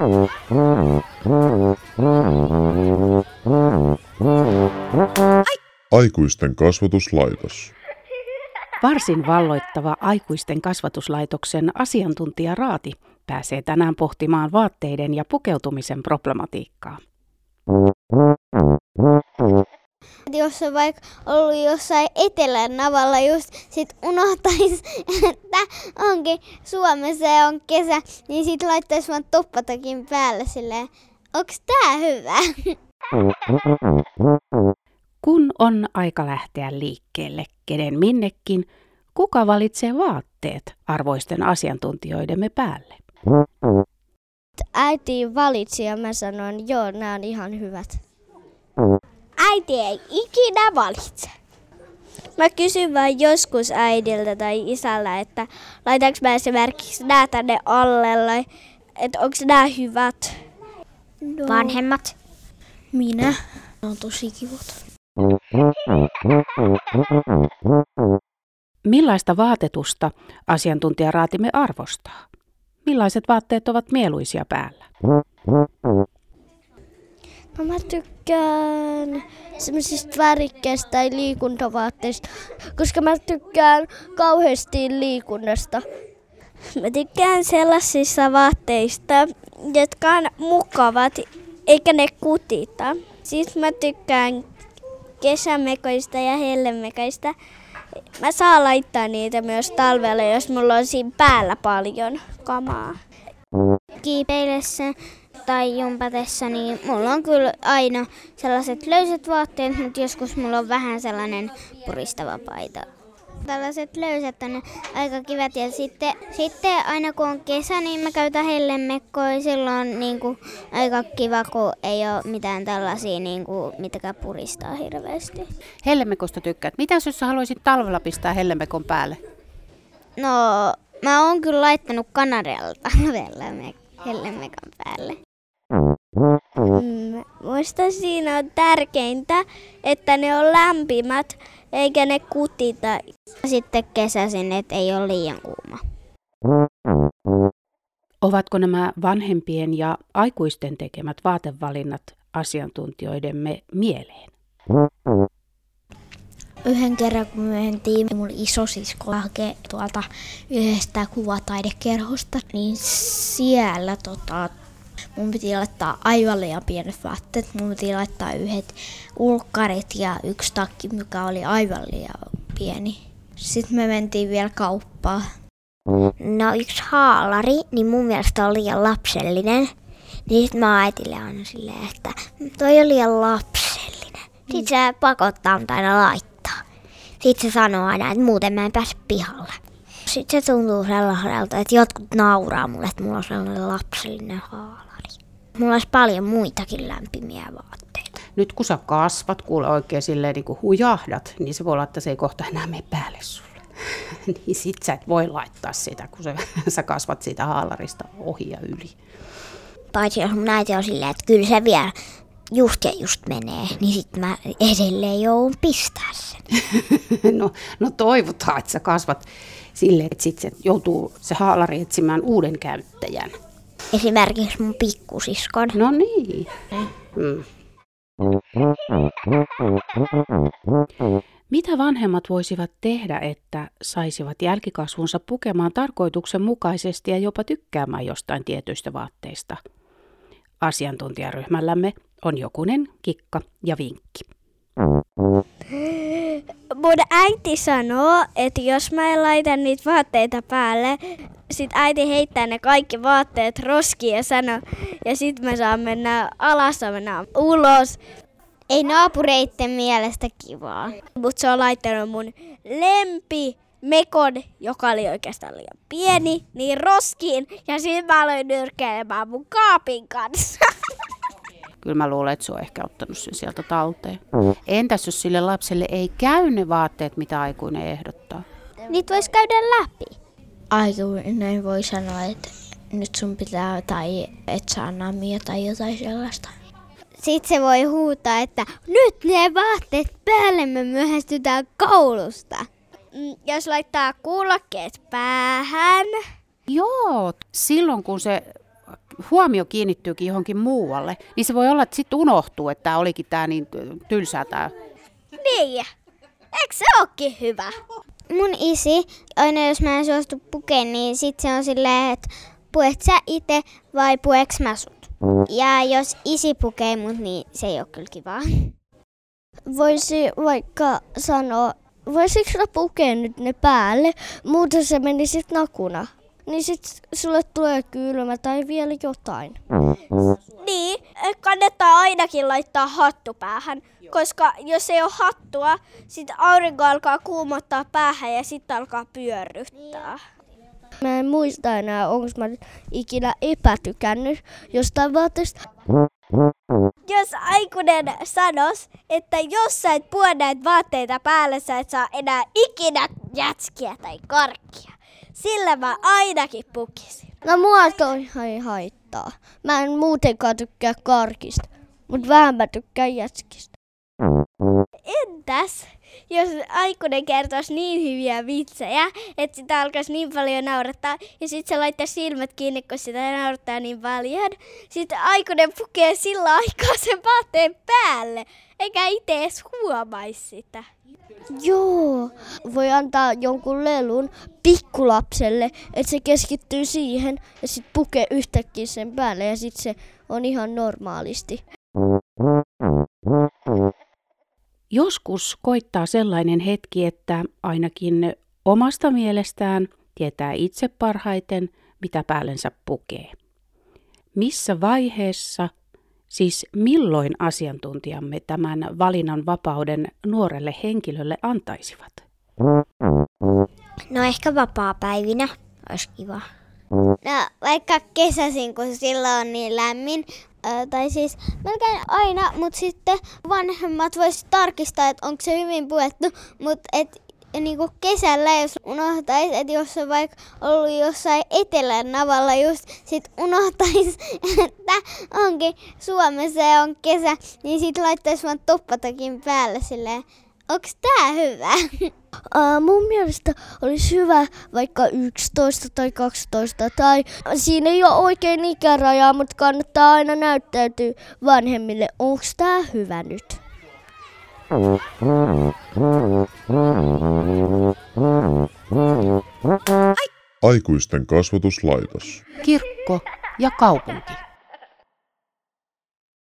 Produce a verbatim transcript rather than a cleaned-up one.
Aikuisten kasvatuslaitos. Varsin valloittava aikuisten kasvatuslaitoksen asiantuntija Raati pääsee tänään pohtimaan vaatteiden ja pukeutumisen problematiikkaa. Jos on vaikka ollut jossain etelän navalla just sit unohtais, että onkin Suomessa ja on kesä, niin sit laittaisi vaan toppatakin päälle silleen, onks tää hyvä? Kun on aika lähteä liikkeelle, kenen minnekin, kuka valitsee vaatteet arvoisten asiantuntijoidemme päälle? Äiti valitsi ja mä sanoin, joo, nämä on ihan hyvät. Äiti ei ikinä valitse. Mä kysyn vaan joskus äidiltä tai isältä, että laitanko mä esimerkiksi nää tänne alle, että onko nää hyvät. No. Vanhemmat. Minä. Ne on tosi kivot. Millaista vaatetusta asiantuntija Raatimme arvostaa? Millaiset vaatteet ovat mieluisia päällä? No mä tykkään semmoisista värikkäistä tai liikuntavaatteista, koska mä tykkään kauheasti liikunnasta. Mä tykkään sellaisista vaatteista, jotka on mukavat, eikä ne kutita. Siis mä tykkään kesämekoista ja hellemekoista. Mä saan laittaa niitä myös talvella, jos mulla on siinä päällä paljon kamaa. Kiipeillessä tai jumpatessa, niin mulla on kyllä aina sellaiset löysät vaatteet, mutta joskus mulla on vähän sellainen puristava paita. Tällaiset löysät on aika kivat ja sitten, sitten aina kun on kesä, niin mä käytän hellemekkoa ja silloin on niin kuin aika kiva, kun ei ole mitään tällaisia, niin kuin, mitkä puristaa hirveästi. Hellemekosta tykkäät. Mitä jos sä haluaisit talvella pistää hellemekon päälle? No, mä oon kyllä laittanut Kanarialta hellemekon päälle. Mm, muista siinä on tärkeintä, että ne on lämpimät eikä ne kutita. Sitten kesäisin, että ei ole liian kuuma. Ovatko nämä vanhempien ja aikuisten tekemät vaatevalinnat asiantuntijoidemme mieleen? Yhden kerran, kun me mentiin mun isosisko hakee tuolta yhdestä kuvataidekerhosta, niin siellä tota, mun piti laittaa aivan liian pienet vaatteet. Mun piti laittaa yhdet ulkkarit ja yksi takki, mikä oli aivan liian pieni. Sitten me mentiin vielä kauppaan. No yksi haalari, niin mun mielestä on liian lapsellinen. Niin sit mä äitille aina silleen, että toi on liian lapsellinen. Sitten se pakottaa mut aina laittaa. Sitten se sanoo aina, että muuten mä en pääse pihalle. Sitten se tuntuu sellaiselta, että jotkut nauraa mulle, että mulla on sellainen lapsellinen haalari. Mulla olisi paljon muitakin lämpimiä vaatteita. Nyt kun sä kasvat, kuule oikein silleen niin kuin hujahdat, niin se voi olla, että se ei kohta enää mene päälle sulle. Niin sit sä et voi laittaa sitä, kun sä, sä kasvat siitä haalarista ohi ja yli. Paitsi jos mun äiti on silleen, että kyllä se vielä just ja just menee, niin sit mä edelleen joudun pistää sen. no, no toivotaan, että sä kasvat silleen, että sit se joutuu se haalari etsimään uuden käyttäjän. Esimerkiksi mun pikkusiskon. No niin. Mm. Mitä vanhemmat voisivat tehdä, että saisivat jälkikasvunsa pukemaan tarkoituksenmukaisesti ja jopa tykkäämään jostain tietyistä vaatteista? Asiantuntijaryhmällämme on jokunen kikka ja vinkki. Mun äiti sanoo, että jos mä en laita niitä vaatteita päälle, sit äiti heittää ne kaikki vaatteet roskiin ja sanoo, ja sit mä saan mennä alas ja mennä ulos. Ei naapureitten mielestä kivaa. Mut se on laittanut mun lempi mekon, joka oli oikeastaan liian pieni, niin roskiin, ja sit mä aloin nyrkkeilemään mun kaapin kanssa. Kyllä mä luulen, että se on ehkä ottanut sen sieltä talteen. Entäs jos sille lapselle ei käy ne vaatteet, mitä aikuinen ehdottaa? Niitä vois käydä läpi. Aikuinen voi sanoa, että nyt sun pitää tai et saa namia tai jotain sellaista. Sitten se voi huutaa, että nyt ne vaatteet päälle, me myöhästytään koulusta. Jos laittaa kuulokkeet päähän. Joo, silloin kun se huomio kiinnittyykin johonkin muualle, niin se voi olla, että sitten unohtuu, että tämä olikin tämä niin tylsää tämä. Niin, eikö se ookin hyvä? Mun isi, aina jos mä en suostu pukeen, niin sit se on silleen, että puet sä ite vai pueks mä sut? Ja jos isi pukee mut, niin se ei oo kyllä kivaa. Voisi vaikka sanoa, voisitko sä pukea nyt ne päälle, muuten se meni sit nakuna. Niin sit sulle tulee kylmä tai vielä jotain. Niin, kannattaa ainakin laittaa hattu päähän, koska jos ei ole hattua, sit aurinko alkaa kuumottaa päähän ja sit alkaa pyörryttää. Mä en muista enää, onko mä ikinä epätykännyt jostain vaatteesta. Jos aikuinen sanos, että jos sä et pue näitä vaatteita päälle, sä et saa enää ikinä jätskiä tai karkkia. Sillä mä ainakin pukisin. No mua toi ei haittaa. Mä en muutenkaan tykkää karkista, mut vähän mä tykkään jätskistä. Entäs, jos aikuinen kertoisi niin hyviä vitsejä, että sitä alkaisi niin paljon naurattaa, ja sitten se laittaisi silmät kiinni, kun sitä naurattaa niin paljon. Sitten aikuinen pukee sillä aikaa sen vaatteen päälle, eikä itse edes huomaisi sitä. Joo, voi antaa jonkun lelun pikkulapselle, että se keskittyy siihen ja sitten pukee yhtäkkiä sen päälle ja sitten se on ihan normaalisti. Joskus koittaa sellainen hetki, että ainakin omasta mielestään tietää itse parhaiten, mitä päällensä pukee. Missä vaiheessa, siis milloin asiantuntijamme tämän valinnan vapauden nuorelle henkilölle antaisivat? No ehkä vapaapäivinä olisi kiva. No vaikka kesäisin, kun silloin on niin lämmin. Ö, tai siis melkein aina, mutta sitten vanhemmat voisivat tarkistaa, että onko se hyvin puettu. Mutta et, niinku kesällä, jos unohtaisi, että jos on vaikka ollut jossain etelän navalla just, sit unohtaisi, että onkin Suomessa ja on kesä, niin sit laittaisi vaan toppatakin päälle silleen, onks tää hyvä? Uh, mun mielestä olisi hyvä vaikka yksitoista tai kaksitoista tai siinä ei ole oikein ikärajaa, mutta kannattaa aina näyttäytyä vanhemmille, onks tää hyvä nyt? Aikuisten kasvatuslaitos. Kirkko ja kaupunki.